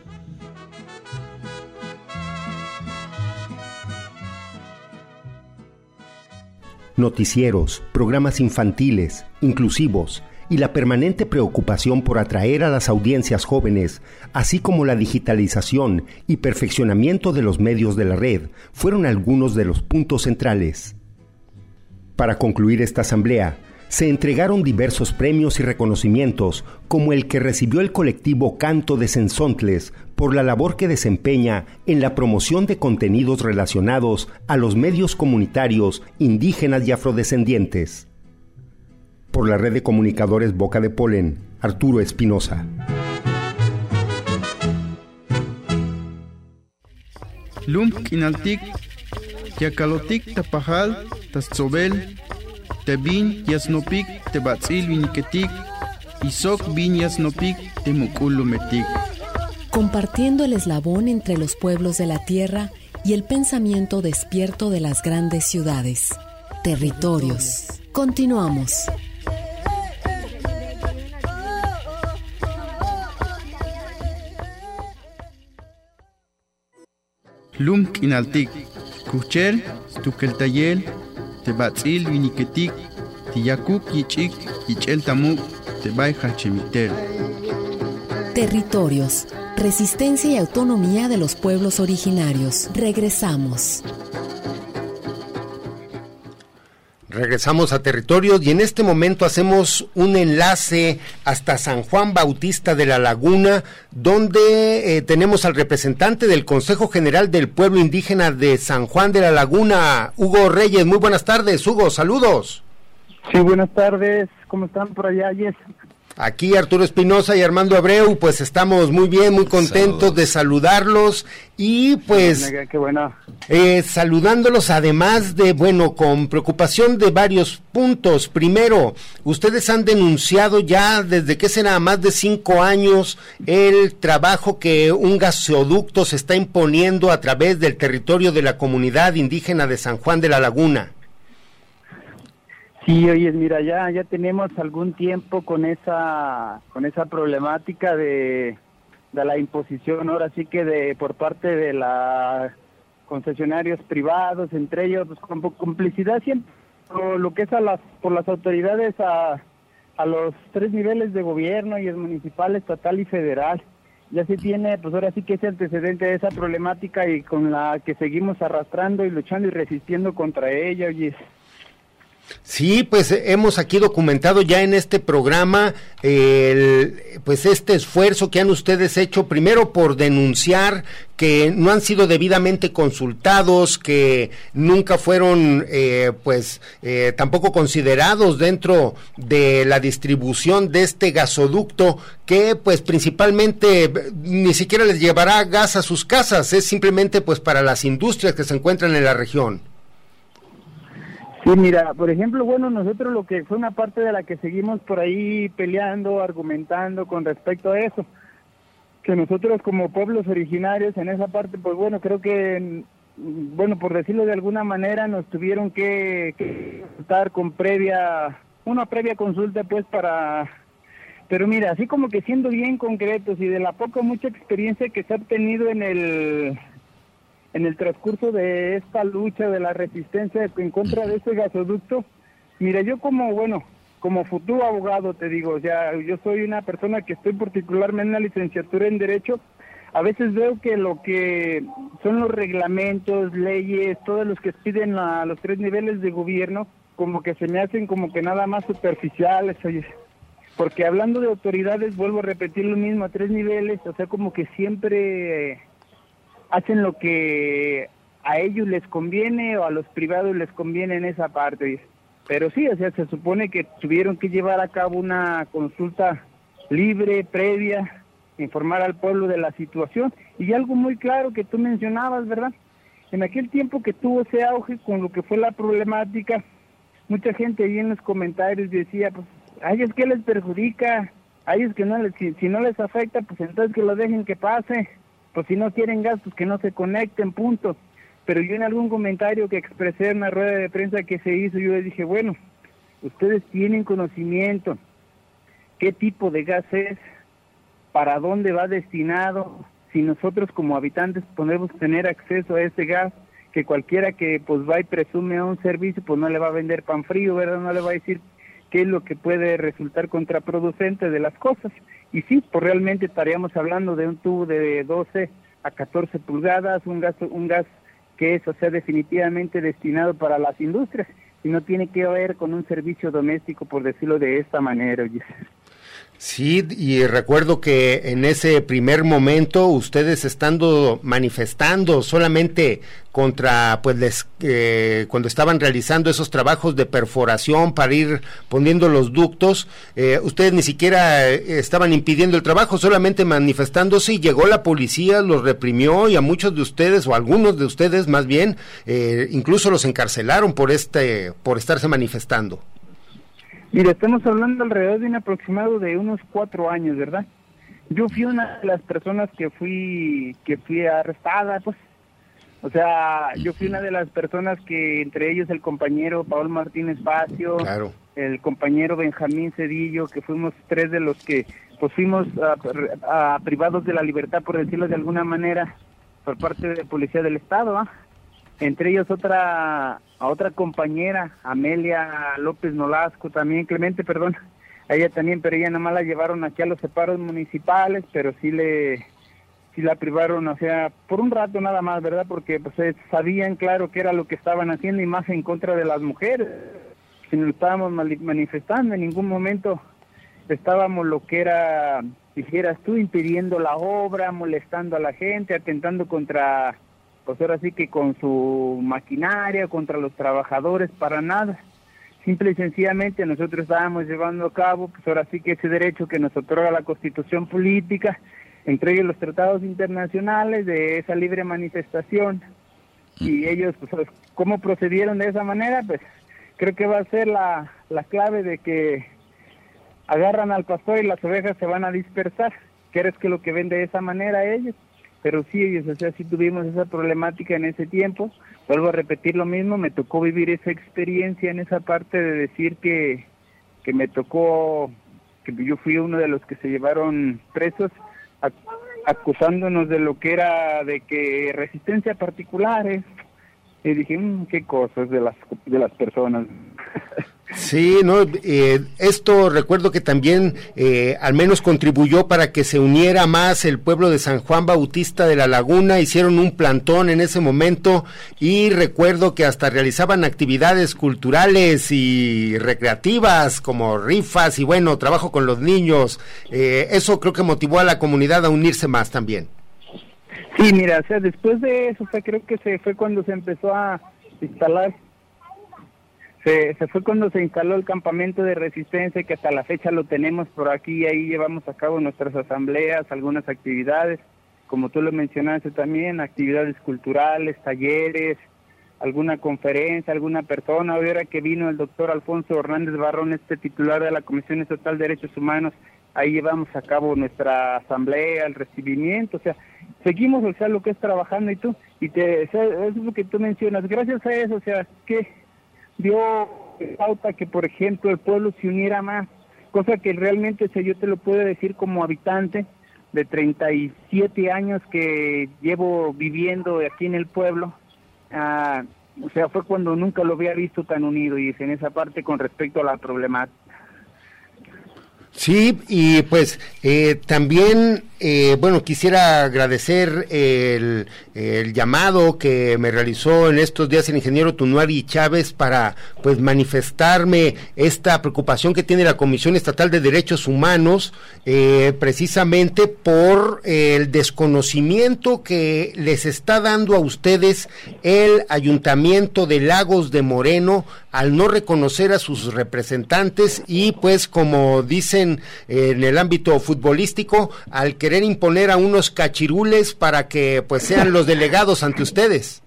Noticieros, programas infantiles, inclusivos y la permanente preocupación por atraer a las audiencias jóvenes, así como la digitalización y perfeccionamiento de los medios de la red, fueron algunos de los puntos centrales. Para concluir esta asamblea, se entregaron diversos premios y reconocimientos, como el que recibió el colectivo Canto de Cenzontles por la labor que desempeña en la promoción de contenidos relacionados a los medios comunitarios indígenas y afrodescendientes. Por la red de comunicadores Boca de Polen, Arturo Espinosa. Lump Inaltik, Yakalotik Tapajal, Tazobel, Tebin Yasnopik, Tebatzil Viniketik, Isok Bin Yasnopik, Temukulumetik. Compartiendo el eslabón entre los pueblos de la tierra y el pensamiento despierto de las grandes ciudades. Territorios. Continuamos. Lumk Inaltik, Kuchel, Tukeltayel, Tebatzil Viniketik, Tiyakuk Yichik, Yichel Tamuk, Tebay Hachemitel. Territorios, resistencia y autonomía de los pueblos originarios. Regresamos. Regresamos a Territorios y en este momento hacemos un enlace hasta San Juan Bautista de la Laguna, donde eh, tenemos al representante del Consejo General del Pueblo Indígena de San Juan de la Laguna, Hugo Reyes. Muy buenas tardes, Hugo, saludos. Sí, buenas tardes, ¿cómo están por allá, Yes? Aquí Arturo Espinosa y Armando Abreu, pues estamos muy bien, muy contentos Saludos. de saludarlos y pues Qué bueno. eh, saludándolos además de, bueno, con preocupación de varios puntos. Primero, ustedes han denunciado ya desde que será más de cinco años el trabajo que un gasoducto se está imponiendo a través del territorio de la comunidad indígena de San Juan de la Laguna. Sí, oye, mira, ya ya tenemos algún tiempo con esa con esa problemática de, de la imposición, ahora sí que de por parte de los concesionarios privados, entre ellos, pues, con complicidad siempre, por lo que es a las por las autoridades a, a los tres niveles de gobierno, y es municipal, estatal y federal. Ya se tiene, pues ahora sí que ese antecedente de esa problemática y con la que seguimos arrastrando y luchando y resistiendo contra ella, oye. Sí, pues hemos aquí documentado ya en este programa el, pues este esfuerzo que han ustedes hecho, primero por denunciar que no han sido debidamente consultados, que nunca fueron eh, pues eh, tampoco considerados dentro de la distribución de este gasoducto, que pues principalmente ni siquiera les llevará gas a sus casas, es simplemente pues para las industrias que se encuentran en la región. Sí, mira, por ejemplo, bueno, nosotros lo que fue una parte de la que seguimos por ahí peleando, argumentando con respecto a eso, que nosotros como pueblos originarios en esa parte, pues bueno, creo que, bueno, por decirlo de alguna manera, nos tuvieron que, que consultar con previa, una previa consulta, pues para, pero mira, así como que siendo bien concretos y de la poca o mucha experiencia que se ha obtenido en el... en el transcurso de esta lucha de la resistencia en contra de ese gasoducto, mira, yo como, bueno, como futuro abogado te digo, ya yo soy una persona que estoy particularmente en la licenciatura en Derecho, a veces veo que lo que son los reglamentos, leyes, todos los que piden a los tres niveles de gobierno, como que se me hacen como que nada más superficiales, oye, porque hablando de autoridades, vuelvo a repetir lo mismo, a tres niveles, o sea, como que siempre... hacen lo que a ellos les conviene o a los privados les conviene en esa parte, dice. Pero sí, o sea, se supone que tuvieron que llevar a cabo una consulta libre, previa, informar al pueblo de la situación. Y algo muy claro que tú mencionabas, ¿verdad? En aquel tiempo que tuvo ese auge con lo que fue la problemática, mucha gente ahí en los comentarios decía, pues, a ellos que les perjudica, a ellos que no les, si, si no les afecta, pues entonces que lo dejen que pase, pues si no quieren gas, pues que no se conecten, punto. Pero yo en algún comentario que expresé en una rueda de prensa que se hizo, yo les dije, bueno, ustedes tienen conocimiento, qué tipo de gas es, para dónde va destinado, si nosotros como habitantes podemos tener acceso a ese gas, que cualquiera que pues va y presume a un servicio, pues no le va a vender pan frío, ¿verdad? No le va a decir qué es lo que puede resultar contraproducente de las cosas. Y sí, pues realmente estaríamos hablando de un tubo de doce a catorce pulgadas, un gas, un gas que es, o sea, definitivamente destinado para las industrias, y no tiene que ver con un servicio doméstico, por decirlo de esta manera, oye. Sí, y recuerdo que en ese primer momento ustedes estando manifestando solamente contra, pues les, eh, cuando estaban realizando esos trabajos de perforación para ir poniendo los ductos, eh, ustedes ni siquiera eh, estaban impidiendo el trabajo, solamente manifestándose, y llegó la policía, los reprimió, y a muchos de ustedes, o a algunos de ustedes más bien, eh, incluso los encarcelaron por este, por estarse manifestando. Mira, estamos hablando alrededor de un aproximado de unos cuatro años, ¿verdad? Yo fui una de las personas que fui que fui arrestada, pues. O sea, yo fui una de las personas que, entre ellos el compañero Paul Martínez Facio, claro, el compañero Benjamín Cedillo, que fuimos tres de los que, pues fuimos a, a privados de la libertad, por decirlo de alguna manera, por parte de la Policía del Estado, ¿ah? ¿eh? Entre ellos otra a otra compañera, Amelia López Nolasco, también, Clemente, perdón, a ella también, pero ella nada más la llevaron aquí a los separos municipales, pero sí le sí la privaron, o sea, por un rato nada más, ¿verdad? Porque pues sabían claro que era lo que estaban haciendo, y más en contra de las mujeres. Si nos estábamos manifestando, en ningún momento estábamos lo que era, dijeras tú, impidiendo la obra, molestando a la gente, atentando contra, pues ahora sí que con su maquinaria, contra los trabajadores, para nada. Simple y sencillamente nosotros estábamos llevando a cabo, pues ahora sí que ese derecho que nos otorga la Constitución Política, entre ellos los tratados internacionales de esa libre manifestación, y ellos, pues, ¿cómo procedieron de esa manera? Pues creo que va a ser la, la clave de que agarran al pastor y las ovejas se van a dispersar. ¿Quieres que lo que ven de esa manera ellos? Pero sí, ellos, o sea, sí tuvimos esa problemática en ese tiempo. Vuelvo a repetir lo mismo, me tocó vivir esa experiencia en esa parte de decir que, que me tocó, que yo fui uno de los que se llevaron presos, acusándonos de lo que era de que resistencia particulares, y dije, mmm, qué cosas de las de las personas. Sí, no, eh, esto recuerdo que también eh, al menos contribuyó para que se uniera más el pueblo de San Juan Bautista de la Laguna, hicieron un plantón en ese momento, y recuerdo que hasta realizaban actividades culturales y recreativas como rifas y bueno, trabajo con los niños. Eh, eso creo que motivó a la comunidad a unirse más también. Sí, mira, o sea, después de eso, o sea, creo que se fue cuando se empezó a instalar Se, se fue cuando se instaló el campamento de resistencia, que hasta la fecha lo tenemos por aquí, y ahí llevamos a cabo nuestras asambleas, algunas actividades, como tú lo mencionaste también, actividades culturales, talleres, alguna conferencia, alguna persona. Ahora que vino el doctor Alfonso Hernández Barrón, este titular de la Comisión Estatal de Derechos Humanos, ahí llevamos a cabo nuestra asamblea, el recibimiento, o sea, seguimos, o sea, lo que es trabajando, y tú, y te, o sea, eso es lo que tú mencionas, gracias a eso, o sea, que dio pauta que, por ejemplo, el pueblo se uniera más, cosa que realmente, o sea, yo te lo puedo decir como habitante de treinta y siete años que llevo viviendo aquí en el pueblo, uh, o sea, fue cuando nunca lo había visto tan unido, y en esa parte con respecto a la problemática. Sí, y pues eh, también eh, bueno, quisiera agradecer el, el llamado que me realizó en estos días el ingeniero Tunuari Chávez para pues manifestarme esta preocupación que tiene la Comisión Estatal de Derechos Humanos, eh, precisamente por el desconocimiento que les está dando a ustedes el Ayuntamiento de Lagos de Moreno al no reconocer a sus representantes y pues como dicen eh, en el ámbito futbolístico, al querer imponer a unos cachirules para que pues sean los delegados ante ustedes.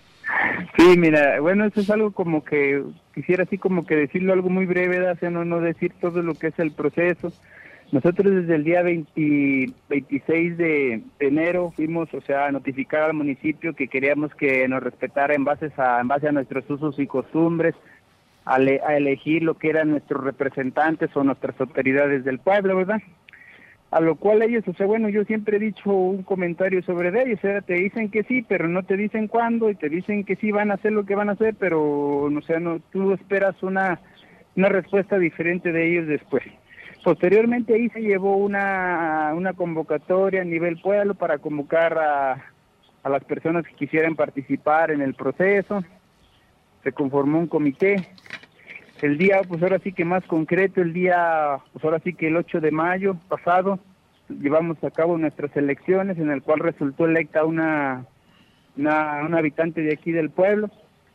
Sí, mira, bueno, eso es algo como que quisiera así como que decirlo algo muy breve, ¿verdad? O sea, no, no decir todo lo que es el proceso. Nosotros desde el día veinte, veintiséis de enero fuimos, o sea, a notificar al municipio que queríamos que nos respetara en base a, en base a nuestros usos y costumbres, a, le, a elegir lo que eran nuestros representantes o nuestras autoridades del pueblo, ¿verdad? A lo cual ellos, o sea, bueno, yo siempre he dicho un comentario sobre ellos, o sea, te dicen que sí, pero no te dicen cuándo, y te dicen que sí van a hacer lo que van a hacer, pero, o sea, no, tú esperas una, una respuesta diferente de ellos después. Posteriormente ahí se llevó una, una convocatoria a nivel pueblo para convocar a, a las personas que quisieran participar en el proceso, se conformó un comité. El día, pues ahora sí que más concreto, el día, pues ahora sí que el ocho de mayo pasado, llevamos a cabo nuestras elecciones, en el cual resultó electa una, una, una habitante de aquí del pueblo.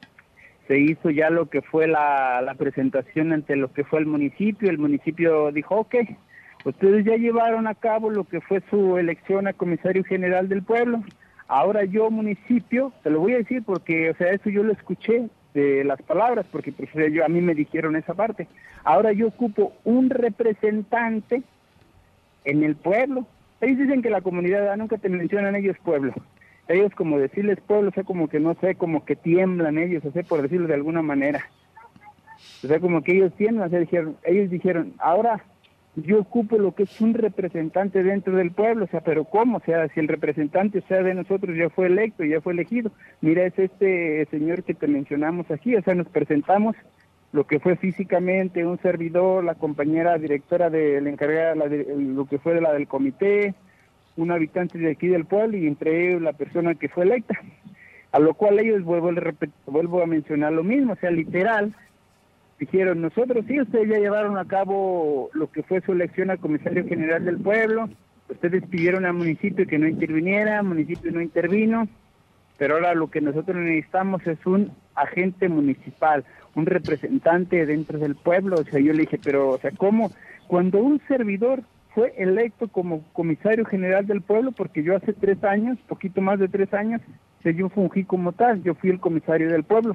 Se hizo ya lo que fue la, la presentación ante lo que fue el municipio. El municipio dijo, ok, ustedes ya llevaron a cabo lo que fue su elección a comisario general del pueblo. Ahora yo, municipio, te lo voy a decir porque, o sea, eso yo lo escuché de las palabras, porque pues, yo, a mí me dijeron esa parte. Ahora yo ocupo un representante en el pueblo. Ellos dicen que la comunidad, nunca te mencionan ellos pueblo. Ellos como decirles pueblo, o sea, como que no sé, como que tiemblan ellos, o sea, por decirlo de alguna manera. O sea, como que ellos tiemblan, o sea, dijeron, ellos dijeron, ahora yo ocupo lo que es un representante dentro del pueblo, o sea, pero ¿cómo? O sea, si el representante, o sea, de nosotros ya fue electo, ya fue elegido. Mira, es este señor que te mencionamos aquí, o sea, nos presentamos lo que fue físicamente un servidor, la compañera directora de la encargada, la de, lo que fue de la del comité, un habitante de aquí del pueblo y entre ellos la persona que fue electa. A lo cual ellos, vuelvo a, repetir, vuelvo a mencionar lo mismo, o sea, literal, dijeron, nosotros sí, ustedes ya llevaron a cabo lo que fue su elección al comisario general del pueblo, ustedes pidieron al municipio que no interviniera, el municipio no intervino, pero ahora lo que nosotros necesitamos es un agente municipal, un representante dentro del pueblo. O sea, yo le dije, pero, o sea, ¿cómo? Cuando un servidor fue electo como comisario general del pueblo, porque yo hace tres años, poquito más de tres años, o sea, yo fungí como tal, yo fui el comisario del pueblo.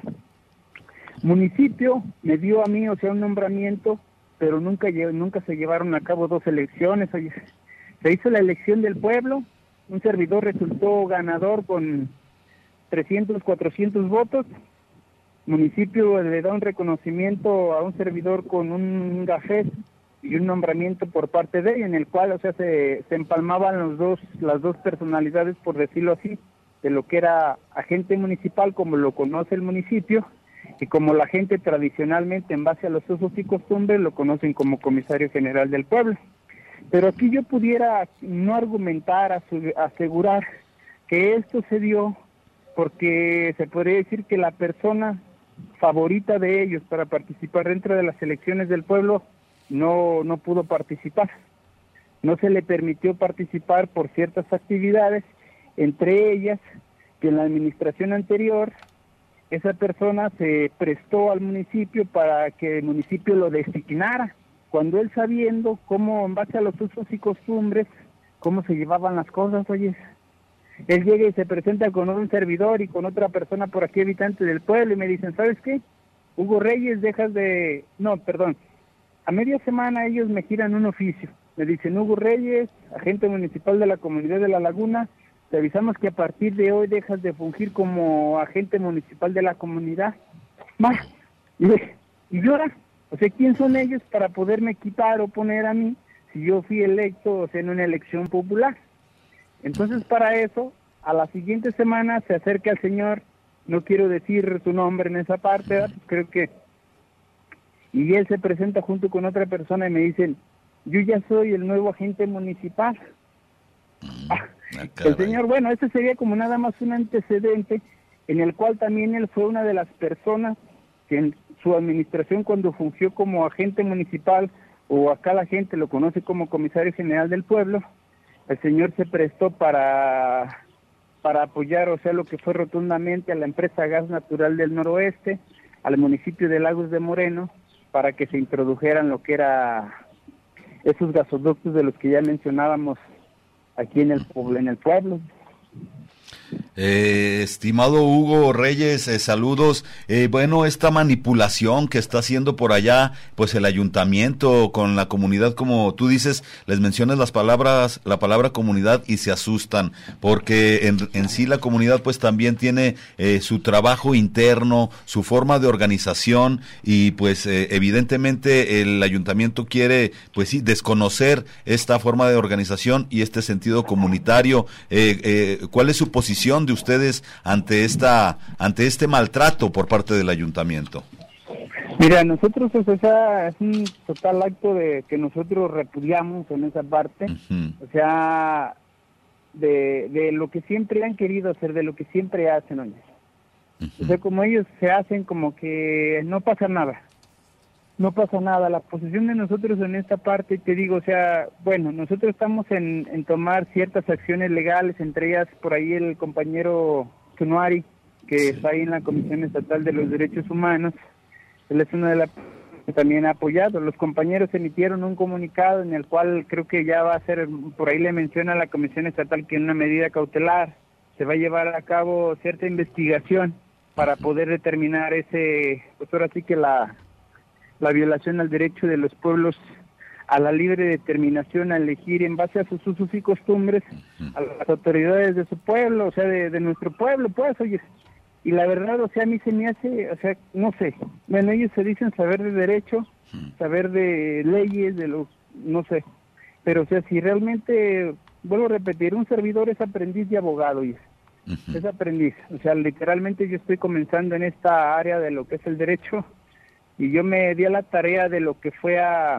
Municipio me dio a mí, o sea, un nombramiento, pero nunca nunca se llevaron a cabo dos elecciones. Oye, se hizo la elección del pueblo, un servidor resultó ganador con trescientos, cuatrocientos votos, municipio le da un reconocimiento a un servidor con un gafet y un nombramiento por parte de ella, en el cual, o sea, se, se empalmaban los dos, las dos personalidades, por decirlo así, de lo que era agente municipal, como lo conoce el municipio, y como la gente tradicionalmente, en base a los usos y costumbres, lo conocen como comisario general del pueblo. Pero aquí yo pudiera no argumentar, asegurar que esto se dio porque se podría decir que la persona favorita de ellos para participar dentro de las elecciones del pueblo no, no pudo participar. No se le permitió participar por ciertas actividades, entre ellas que en la administración anterior esa persona se prestó al municipio para que el municipio lo designara, cuando él, sabiendo cómo, en base a los usos y costumbres, cómo se llevaban las cosas, oye, él llega y se presenta con un servidor y con otra persona por aquí, habitante del pueblo, y me dicen, ¿sabes qué? Hugo Reyes, dejas de... No, perdón, a media semana ellos me giran un oficio, me dicen, Hugo Reyes, agente municipal de la comunidad de La Laguna, te avisamos que a partir de hoy dejas de fungir como agente municipal de la comunidad. Más, y, y llora, o sea, ¿quién son ellos para poderme quitar o poner a mí si yo fui electo, o sea, en una elección popular? Entonces, para eso, a la siguiente semana se acerca el señor, no quiero decir su nombre en esa parte, ¿verdad? Creo que... Y él se presenta junto con otra persona y me dicen, yo ya soy el nuevo agente municipal. Ah, el señor, bueno, ese sería como nada más un antecedente en el cual también él fue una de las personas que en su administración, cuando fungió como agente municipal, o acá la gente lo conoce como comisario general del pueblo, el señor se prestó para, para apoyar, o sea, lo que fue rotundamente a la empresa Gas Natural del Noroeste, al municipio de Lagos de Moreno, para que se introdujeran lo que era esos gasoductos de los que ya mencionábamos aquí en el pueblo, en el pueblo. Eh, estimado Hugo Reyes, eh, saludos. Eh, bueno, esta manipulación que está haciendo por allá, pues el ayuntamiento con la comunidad, como tú dices, les mencionas las palabras, la palabra comunidad y se asustan, porque en, en sí la comunidad pues también tiene eh, su trabajo interno, su forma de organización y pues eh, evidentemente el ayuntamiento quiere pues sí desconocer esta forma de organización y este sentido comunitario. Eh, eh, ¿Cuál es su posición de ustedes ante esta ante este maltrato por parte del ayuntamiento? Mira, nosotros, o sea, es un total acto de que nosotros repudiamos en esa parte, uh-huh. o sea, de, de lo que siempre han querido hacer, de lo que siempre hacen, oye. Uh-huh. O sea, como ellos se hacen como que no pasa nada, no pasa nada. La posición de nosotros en esta parte, te digo, o sea, bueno, nosotros estamos en, en tomar ciertas acciones legales, entre ellas por ahí el compañero Zunuari, que sí. está ahí en la Comisión Estatal de los Derechos Humanos. Él es uno de las que también ha apoyado. Los compañeros emitieron un comunicado en el cual creo que ya va a ser, por ahí le menciona a la Comisión Estatal que en una medida cautelar se va a llevar a cabo cierta investigación para poder determinar ese, pues ahora sí que la... la violación al derecho de los pueblos a la libre determinación, a elegir en base a sus usos y costumbres a las autoridades de su pueblo, o sea, de, de nuestro pueblo, pues, oye, y la verdad, o sea, a mí se me hace, o sea, no sé, bueno, ellos se dicen saber de derecho, saber de leyes, de lo, no sé, pero, o sea, si realmente, vuelvo a repetir, un servidor es aprendiz de abogado, oye, uh-huh. es aprendiz, o sea, literalmente yo estoy comenzando en esta área de lo que es el derecho, y yo me di a la tarea de lo que fue a,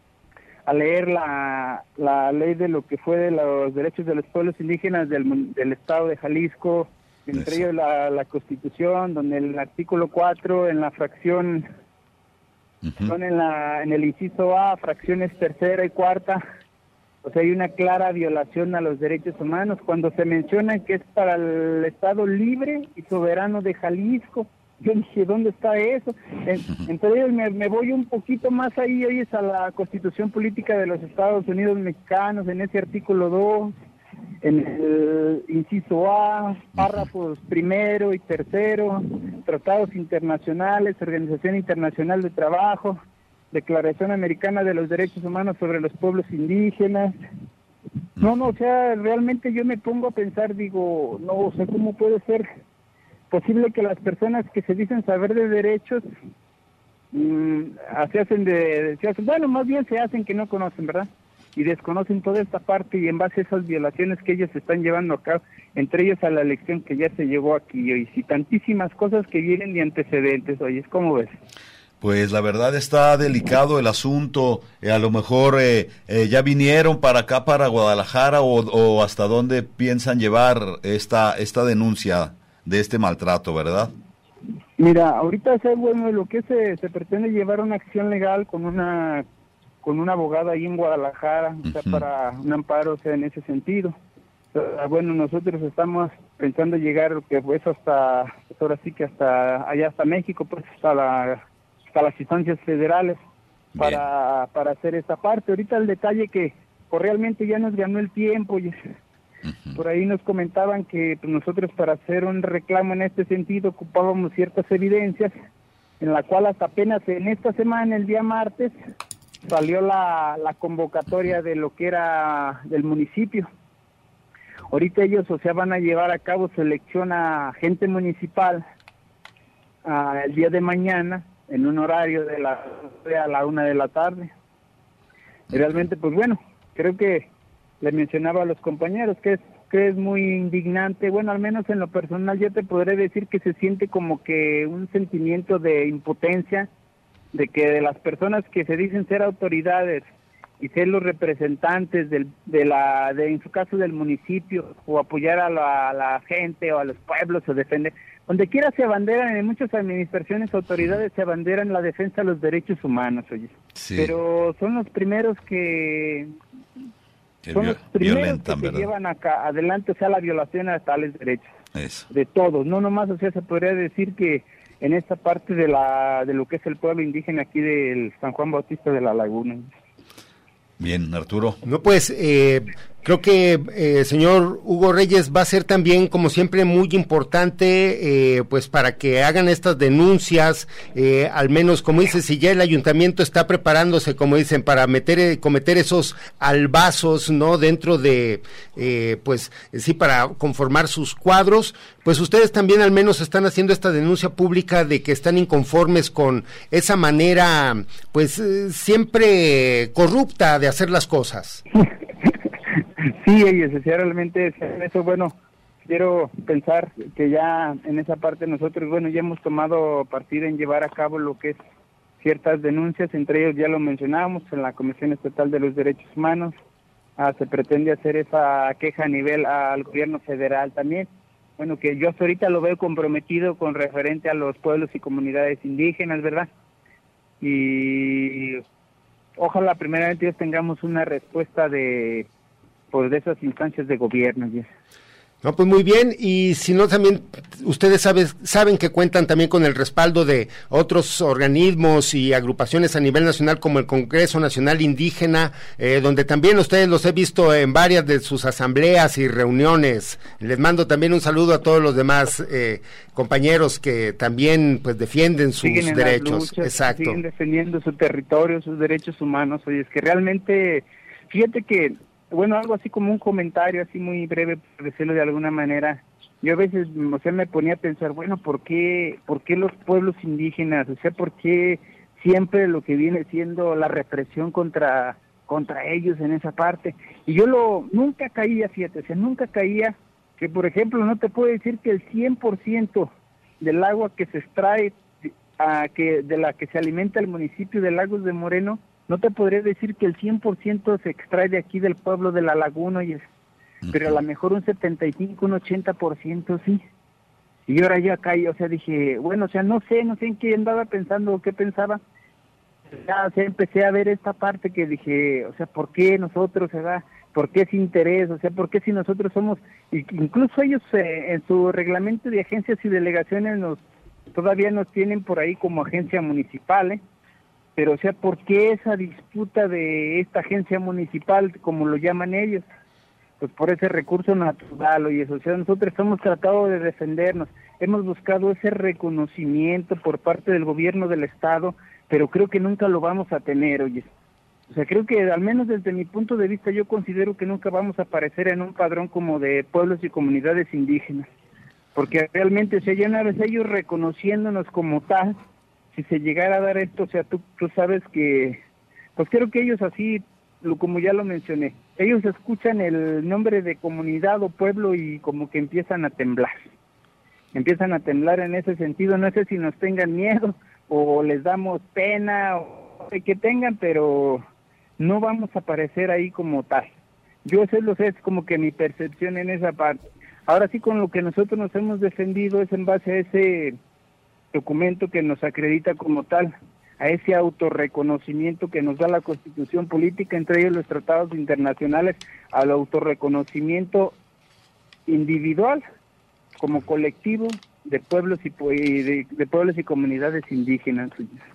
a leer la, la ley de lo que fue de los derechos de los pueblos indígenas del, del estado de Jalisco, entre ellos la, la Constitución, donde el artículo cuatro, en la fracción, uh-huh. son en, la, en el inciso A, fracciones tercera y cuarta, o sea, hay una clara violación a los derechos humanos, cuando se menciona que es para el estado libre y soberano de Jalisco. Yo dije, ¿dónde está eso? Entonces me, me voy un poquito más ahí, hoy es a la Constitución Política de los Estados Unidos Mexicanos, en ese artículo dos, en el inciso A, párrafos primero y tercero, tratados internacionales, Organización Internacional de Trabajo, Declaración Americana de los Derechos Humanos sobre los Pueblos Indígenas. No, no, o sea, realmente yo me pongo a pensar, digo, no, o sea, ¿cómo puede ser posible que las personas que se dicen saber de derechos mmm, se hacen de, se hacen, bueno, más bien se hacen que no conocen, ¿verdad? Y desconocen toda esta parte y en base a esas violaciones que ellos están llevando a cabo, entre ellos a la elección que ya se llevó aquí, y si tantísimas cosas que vienen de antecedentes, oye, ¿cómo ves? Pues la verdad está delicado el asunto, eh, a lo mejor eh, eh, ya vinieron para acá, para Guadalajara, o, o hasta dónde piensan llevar esta, esta denuncia de este maltrato, ¿verdad? Mira, ahorita, o sea, bueno, lo que se, se pretende llevar una acción legal con una con un abogado ahí en Guadalajara, uh-huh. o sea, para un amparo, o sea, en ese sentido. O sea, bueno, nosotros estamos pensando llegar, que pues hasta, pues ahora sí que hasta allá, hasta México, pues hasta la hasta las instancias federales para, para hacer esta parte. Ahorita el detalle que pues, realmente ya nos ganó el tiempo y uh-huh. por ahí nos comentaban que pues, nosotros para hacer un reclamo en este sentido ocupábamos ciertas evidencias, en la cual hasta apenas en esta semana, el día martes, salió la, la convocatoria de lo que era del municipio. Ahorita ellos, o sea, van a llevar a cabo selección a gente municipal a, el día de mañana, en un horario de la a la una de la tarde. Y realmente, pues bueno, creo que le mencionaba a los compañeros que es que es muy indignante. Bueno, al menos en lo personal yo te podré decir que se siente como que un sentimiento de impotencia, de que de las personas que se dicen ser autoridades y ser los representantes del, de la, de, en su caso del municipio, o apoyar a la, a la gente o a los pueblos o defender. Donde quiera se abanderan, en muchas administraciones, autoridades se abanderan la defensa de los derechos humanos, oye. Sí. Pero son los primeros que... Que son los primeros violentan, que se ¿verdad? llevan acá adelante, o sea, la violación a tales derechos. Eso. De todos, no nomás, o sea, se podría decir que en esta parte de la de lo que es el pueblo indígena aquí del San Juan Bautista de la Laguna. Bien, Arturo. No, pues, eh, creo que eh, señor Hugo Reyes va a ser también, como siempre, muy importante, eh, pues, para que hagan estas denuncias, eh, al menos, como dice, si ya el ayuntamiento está preparándose, como dicen, para meter, eh, cometer esos albazos, ¿no?, dentro de, eh, pues, sí, para conformar sus cuadros, pues ustedes también al menos están haciendo esta denuncia pública de que están inconformes con esa manera, pues, eh, siempre corrupta de hacer las cosas. Sí, ellos, realmente eso, bueno, quiero pensar que ya en esa parte nosotros, bueno, ya hemos tomado partido en llevar a cabo lo que es ciertas denuncias, entre ellos ya lo mencionábamos en la Comisión Estatal de los Derechos Humanos. Ah, se pretende hacer esa queja a nivel al gobierno federal también. Bueno, que yo hasta ahorita lo veo comprometido con referente a los pueblos y comunidades indígenas, ¿verdad? Y ojalá primeramente tengamos una respuesta de, pues, de esas instancias de gobierno. ¿Sí? No, pues muy bien, y si no también ustedes saben, saben que cuentan también con el respaldo de otros organismos y agrupaciones a nivel nacional como el Congreso Nacional Indígena, eh, donde también ustedes los he visto en varias de sus asambleas y reuniones. Les mando también un saludo a todos los demás eh, compañeros que también pues defienden sus siguen en derechos. Las luchas, exacto. Siguen defendiendo su territorio, sus derechos humanos. Oye, es que realmente, fíjate que bueno, algo así como un comentario así muy breve, por decirlo de alguna manera. Yo a veces, o sea, me ponía a pensar, bueno, ¿por qué, por qué los pueblos indígenas? O sea, ¿por qué siempre lo que viene siendo la represión contra contra ellos en esa parte? Y yo lo nunca caía, fíjate, o sea, nunca caía que, por ejemplo, no te puedo decir que el cien por ciento del agua que se extrae, a, que de la que se alimenta el municipio de Lagos de Moreno, no te podría decir que el cien por ciento se extrae de aquí del pueblo de La Laguna, y es, pero a lo mejor un setenta y cinco, un ochenta por ciento sí. Y ahora yo acá, o sea, dije, bueno, o sea, no sé, no sé en qué andaba pensando o qué pensaba. Ya, o sea, empecé a ver esta parte que dije, o sea, ¿por qué nosotros, verdad? ¿Por qué ese interés? O sea, ¿por qué si nosotros somos, incluso ellos eh, en su reglamento de agencias y delegaciones nos todavía nos tienen por ahí como agencia municipal, ¿eh? Pero, o sea, ¿por qué esa disputa de esta agencia municipal, como lo llaman ellos? Pues por ese recurso natural, oye, o sea, nosotros hemos tratado de defendernos, hemos buscado ese reconocimiento por parte del gobierno del Estado, pero creo que nunca lo vamos a tener, oye. O sea, creo que, al menos desde mi punto de vista, yo considero que nunca vamos a aparecer en un padrón como de pueblos y comunidades indígenas, porque realmente, o sea, ya una vez ellos reconociéndonos como tal, si se llegara a dar esto, o sea, tú, tú sabes que, pues creo que ellos así, lo, como ya lo mencioné, ellos escuchan el nombre de comunidad o pueblo y como que empiezan a temblar, empiezan a temblar en ese sentido. No sé si nos tengan miedo o les damos pena o que tengan, pero no vamos a aparecer ahí como tal. Yo sé lo sé, es como que mi percepción en esa parte. Ahora sí, con lo que nosotros nos hemos defendido es en base a ese documento que nos acredita como tal, a ese autorreconocimiento que nos da la Constitución política, entre ellos los tratados internacionales, al autorreconocimiento individual como colectivo de pueblos y de, de pueblos y comunidades indígenas.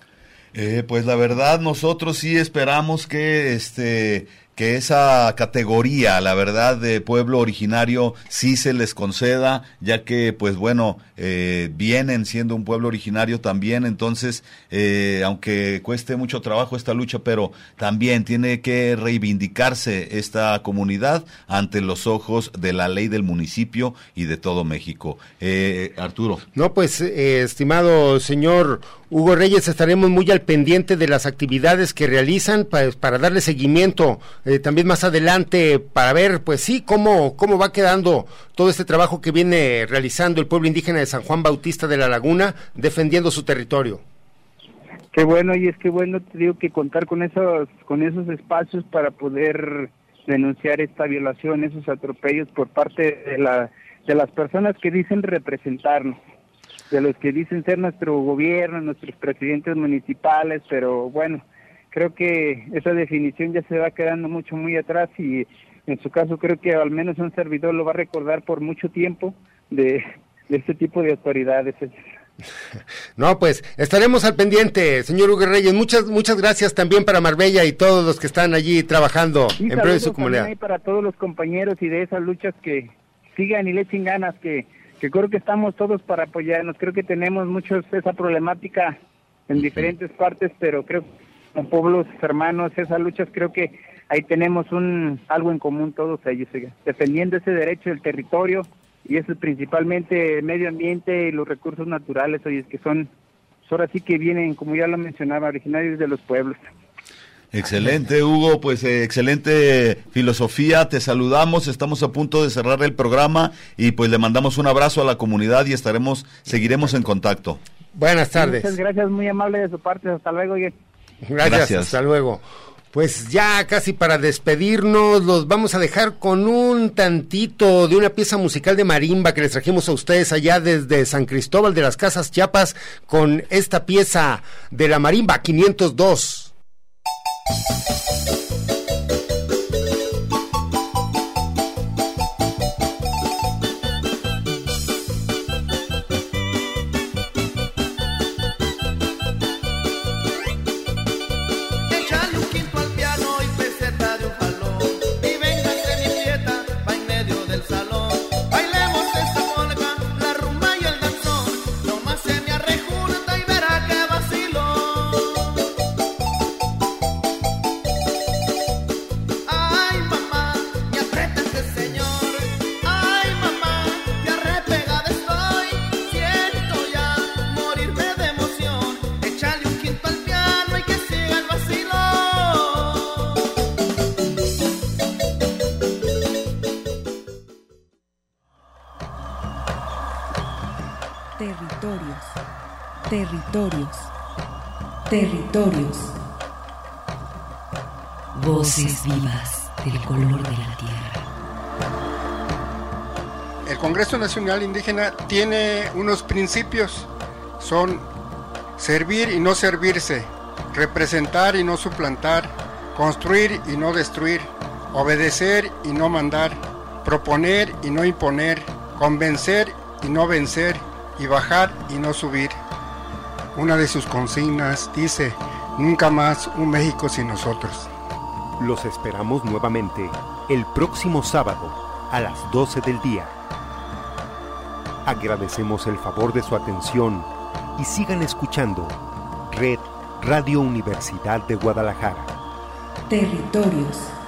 Eh, pues la verdad, nosotros sí esperamos que este que esa categoría, la verdad, de pueblo originario sí se les conceda, ya que, pues bueno, eh, vienen siendo un pueblo originario también. Entonces, eh, aunque cueste mucho trabajo esta lucha, pero también tiene que reivindicarse esta comunidad ante los ojos de la ley del municipio y de todo México. Eh, Arturo. No, pues, eh, estimado señor Hugo Reyes, estaremos muy al pendiente de las actividades que realizan para, para darle seguimiento eh, también más adelante, para ver, pues sí, cómo, cómo va quedando todo este trabajo que viene realizando el pueblo indígena de San Juan Bautista de la Laguna, defendiendo su territorio. Qué bueno, y es que bueno, te digo que contar con esos, con esos espacios para poder denunciar esta violación, esos atropellos por parte de la, de las personas que dicen representarnos, de los que dicen ser nuestro gobierno, nuestros presidentes municipales, pero bueno, creo que esa definición ya se va quedando mucho muy atrás y en su caso creo que al menos un servidor lo va a recordar por mucho tiempo de, de este tipo de autoridades. No, pues estaremos al pendiente, señor Hugo Reyes. Muchas muchas gracias también para Marbella y todos los que están allí trabajando y en pro de su comunidad. Y para todos los compañeros y de esas luchas que sigan y le echen ganas, que, que creo que estamos todos para apoyarnos. Creo que tenemos muchos esa problemática en diferentes partes, pero creo que como pueblos hermanos, esas luchas, creo que ahí tenemos un algo en común todos ellos, defendiendo ese derecho del territorio. Y eso principalmente el medio ambiente y los recursos naturales, oye, que son, ahora sí que vienen, como ya lo mencionaba, originarios de los pueblos. Excelente, Hugo, pues eh, excelente filosofía, te saludamos, estamos a punto de cerrar el programa y pues le mandamos un abrazo a la comunidad y estaremos, seguiremos en contacto. Buenas tardes. Muchas gracias, muy amable de su parte, hasta luego. Oye. Gracias, gracias, hasta luego. Pues ya casi para despedirnos, los vamos a dejar con un tantito de una pieza musical de marimba que les trajimos a ustedes allá desde San Cristóbal de las Casas, Chiapas, con esta pieza de la marimba quinientos dos. Territorios, territorios, territorios. Voces vivas del color de la tierra. El Congreso Nacional Indígena tiene unos principios, son servir y no servirse, representar y no suplantar, construir y no destruir, obedecer y no mandar, proponer y no imponer, convencer y no vencer, y bajar y no subir. Una de sus consignas dice, nunca más un México sin nosotros. Los esperamos nuevamente el próximo sábado a las doce del día. Agradecemos el favor de su atención y sigan escuchando Red Radio Universidad de Guadalajara. Territorios.